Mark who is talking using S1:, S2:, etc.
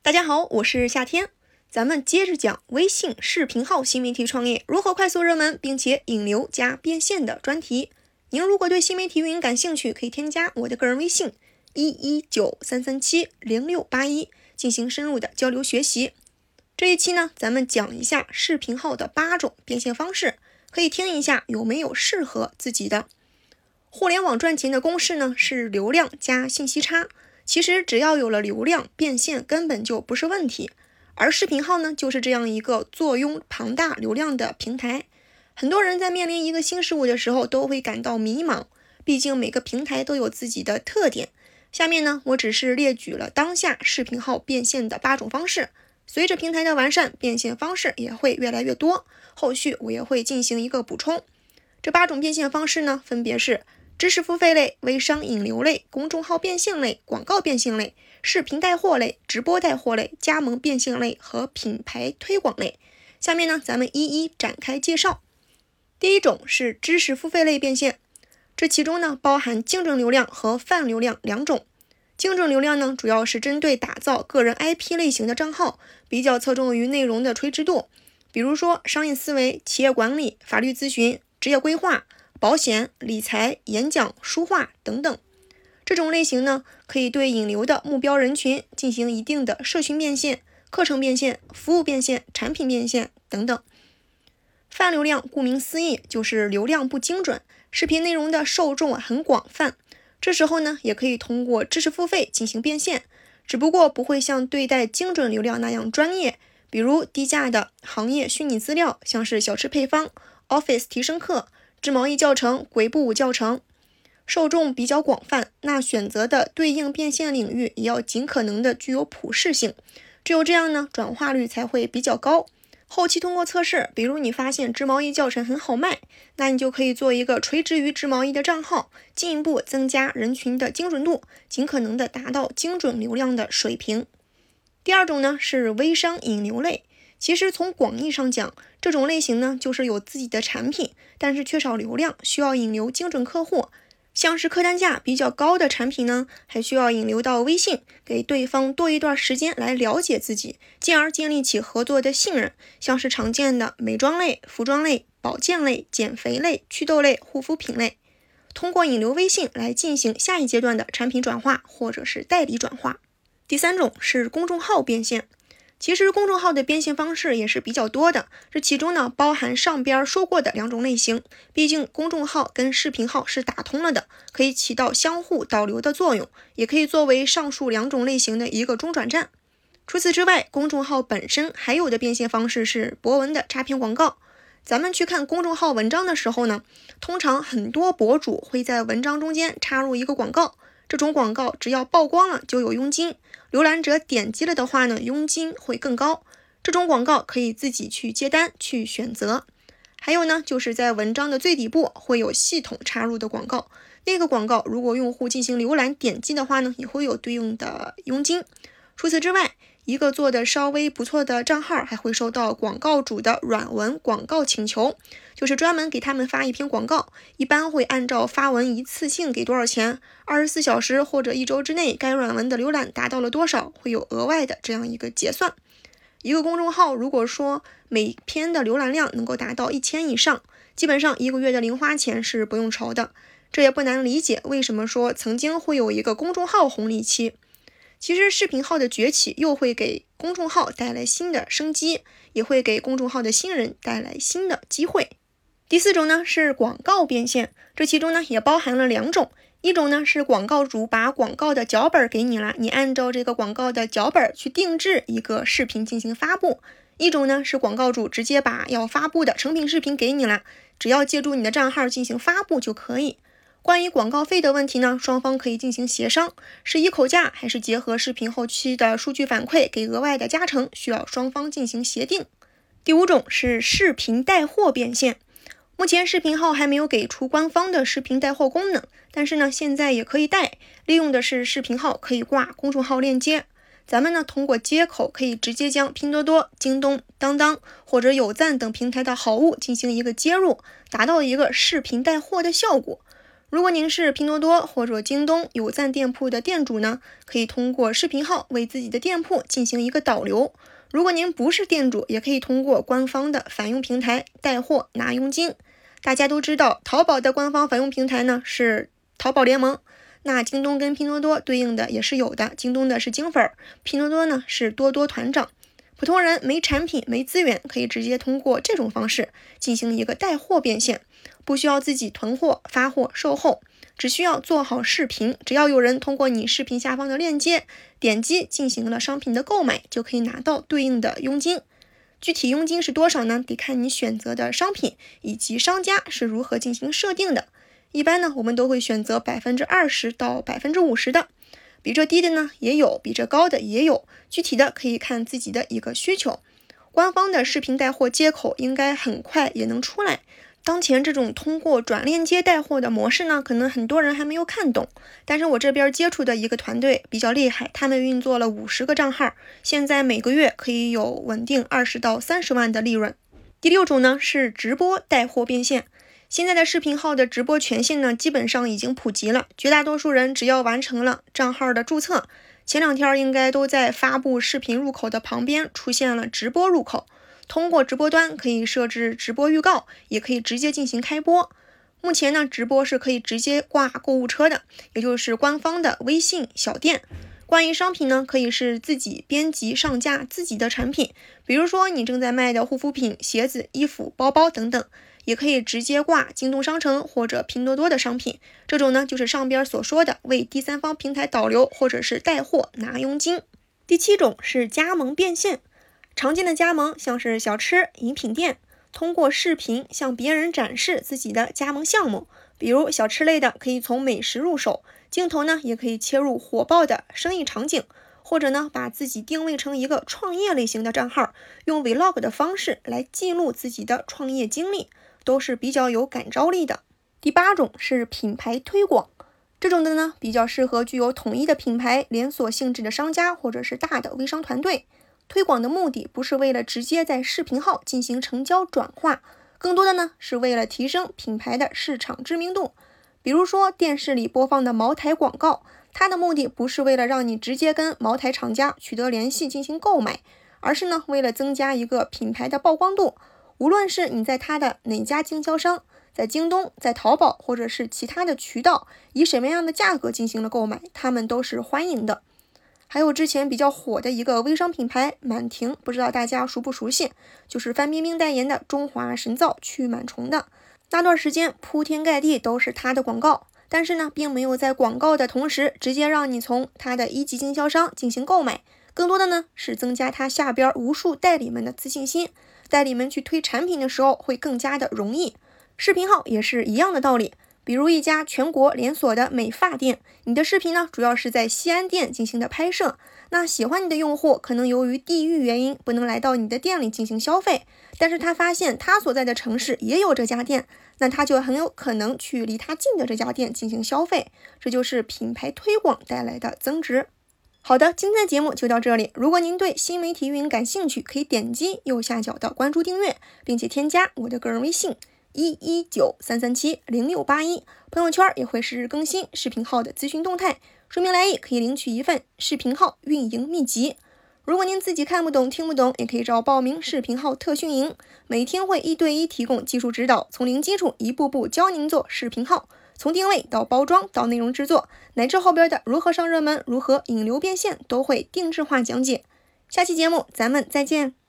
S1: 大家好，我是夏天，咱们接着讲微信视频号新媒体创业如何快速热门并且引流加变现的专题。您如果对新媒体运营感兴趣，可以添加我的个人微信11933708681进行深入的交流学习。这一期呢，咱们讲一下视频号的8种变现方式，可以听一下有没有适合自己的。互联网赚钱的公式呢是流量加信息差，其实只要有了流量，变现根本就不是问题。而视频号呢，就是这样一个坐拥庞大流量的平台。很多人在面临一个新事物的时候都会感到迷茫，毕竟每个平台都有自己的特点。下面呢，我只是列举了当下视频号变现的8种方式，随着平台的完善，变现方式也会越来越多，后续我也会进行一个补充。这8种变现方式呢，分别是知识付费类、微商引流类、公众号变现类、广告变现类、视频带货类、直播带货类、加盟变现类和品牌推广类。下面呢，咱们一一展开介绍。第一种是知识付费类变现，这其中呢包含精准流量和泛流量2种。精准流量呢，主要是针对打造个人 IP 类型的账号，比较侧重于内容的垂直度，比如说商业思维、企业管理、法律咨询、职业规划、保险、理财、演讲、书画等等。这种类型呢，可以对引流的目标人群进行一定的社群变现、课程变现、服务变现、产品变现等等。泛流量顾名思义，就是流量不精准，视频内容的受众很广泛，这时候呢，也可以通过知识付费进行变现，只不过不会像对待精准流量那样专业，比如低价的行业虚拟资料，像是小吃配方、Office 提升课、织毛衣教程、鬼步舞教程，受众比较广泛，那选择的对应变现领域也要尽可能的具有普适性，只有这样呢，转化率才会比较高。后期通过测试，比如你发现织毛衣教程很好卖，那你就可以做一个垂直于织毛衣的账号，进一步增加人群的精准度，尽可能的达到精准流量的水平。第二种呢是微商引流类，其实从广义上讲，这种类型呢就是有自己的产品，但是缺少流量，需要引流精准客户。像是客单价比较高的产品呢，还需要引流到微信，给对方多一段时间来了解自己，进而建立起合作的信任。像是常见的美妆类、服装类、保健类、减肥类、祛痘类、护肤品类，通过引流微信来进行下一阶段的产品转化或者是代理转化。第三种是公众号变现。其实公众号的变现方式也是比较多的，这其中呢包含上边说过的2种类型，毕竟公众号跟视频号是打通了的，可以起到相互导流的作用，也可以作为上述2种类型的一个中转站。除此之外，公众号本身还有的变现方式是博文的插片广告。咱们去看公众号文章的时候呢，通常很多博主会在文章中间插入一个广告，这种广告只要曝光了就有佣金，浏览者点击了的话呢，佣金会更高。这种广告可以自己去接单去选择。还有呢，就是在文章的最底部会有系统插入的广告，那个广告如果用户进行浏览点击的话呢，也会有对应的佣金。除此之外，一个做的稍微不错的账号还会收到广告主的软文广告请求，就是专门给他们发一篇广告，一般会按照发文一次性给多少钱，24小时或者1周之内该软文的浏览达到了多少，会有额外的这样一个结算。一个公众号如果说每篇的浏览量能够达到1000以上，基本上1个月的零花钱是不用愁的。这也不难理解为什么说曾经会有一个公众号红利期。其实视频号的崛起又会给公众号带来新的生机，也会给公众号的新人带来新的机会。第4种呢是广告变现，这其中呢也包含了2种。一种呢是广告主把广告的脚本给你了，你按照这个广告的脚本去定制一个视频进行发布。一种呢是广告主直接把要发布的成品视频给你了，只要借助你的账号进行发布就可以。关于广告费的问题呢，双方可以进行协商，是一口价还是结合视频后期的数据反馈给额外的加成，需要双方进行协定。第5种是视频带货变现。目前视频号还没有给出官方的视频带货功能，但是呢现在也可以带，利用的是视频号可以挂公众号链接。咱们呢通过接口可以直接将拼多多、京东、当当或者有赞等平台的好物进行一个接入，达到一个视频带货的效果。 如果您是拼多多或者京东有赞店铺的店主呢，可以通过视频号为自己的店铺进行一个导流。如果您不是店主，也可以通过官方的返佣平台带货拿佣金。大家都知道，淘宝的官方返佣平台呢是淘宝联盟，那京东跟拼多多对应的也是有的，京东的是京粉，拼多多呢是多多团长。普通人没产品没资源，可以直接通过这种方式进行一个带货变现，不需要自己囤货发货售后，只需要做好视频，只要有人通过你视频下方的链接点击进行了商品的购买，就可以拿到对应的佣金。具体佣金是多少呢？得看你选择的商品以及商家是如何进行设定的。一般呢，我们都会选择20%到50%的，比这低的呢也有，比这高的也有，具体的可以看自己的一个需求。官方的视频带货接口应该很快也能出来。当前这种通过转链接带货的模式呢，可能很多人还没有看懂，但是我这边接触的一个团队比较厉害，他们运作了50个账号，现在每个月可以有稳定20到30万的利润。第6种呢是直播带货变现。现在的视频号的直播权限呢，基本上已经普及了，绝大多数人只要完成了账号的注册，前2天应该都在发布视频入口的旁边出现了直播入口。通过直播端可以设置直播预告，也可以直接进行开播。目前呢，直播是可以直接挂购物车的，也就是官方的微信小店。关于商品呢，可以是自己编辑上架自己的产品，比如说你正在卖的护肤品、鞋子、衣服、包包等等，也可以直接挂京东商城或者拼多多的商品。这种呢，就是上边所说的为第三方平台导流或者是带货拿佣金。第7种是加盟变现。常见的加盟像是小吃、饮品店，通过视频向别人展示自己的加盟项目，比如小吃类的可以从美食入手，镜头呢也可以切入火爆的生意场景，或者呢把自己定位成一个创业类型的账号，用 vlog 的方式来记录自己的创业经历，都是比较有感召力的。第8种是品牌推广。这种的呢比较适合具有统一的品牌连锁性质的商家或者是大的微商团队。推广的目的不是为了直接在视频号进行成交转化，更多的呢是为了提升品牌的市场知名度。比如说电视里播放的茅台广告，它的目的不是为了让你直接跟茅台厂家取得联系进行购买，而是呢为了增加一个品牌的曝光度。无论是你在它的哪家经销商，在京东、在淘宝或者是其他的渠道，以什么样的价格进行了购买，他们都是欢迎的。还有之前比较火的一个微商品牌满婷，不知道大家熟不熟悉，就是范冰冰代言的中华神皂驱螨虫的，那段时间铺天盖地都是它的广告，但是呢并没有在广告的同时直接让你从它的1级经销商进行购买，更多的呢是增加它下边无数代理们的自信心，代理们去推产品的时候会更加的容易。视频号也是一样的道理，比如一家全国连锁的美发店，你的视频呢主要是在西安店进行的拍摄，那喜欢你的用户可能由于地域原因不能来到你的店里进行消费，但是他发现他所在的城市也有这家店，那他就很有可能去离他近的这家店进行消费，这就是品牌推广带来的增值。好的，今天的节目就到这里。如果您对新媒体运营感兴趣，可以点击右下角的关注订阅，并且添加我的个人微信11933706681，朋友圈也会实时更新视频号的资讯动态，说明来意可以领取一份视频号运营秘籍。如果您自己看不懂听不懂，也可以找报名视频号特训营，每天会1对1提供技术指导，从零基础一步步教您做视频号，从定位到包装到内容制作，乃至后边的如何上热门如何引流变现，都会定制化讲解。下期节目咱们再见。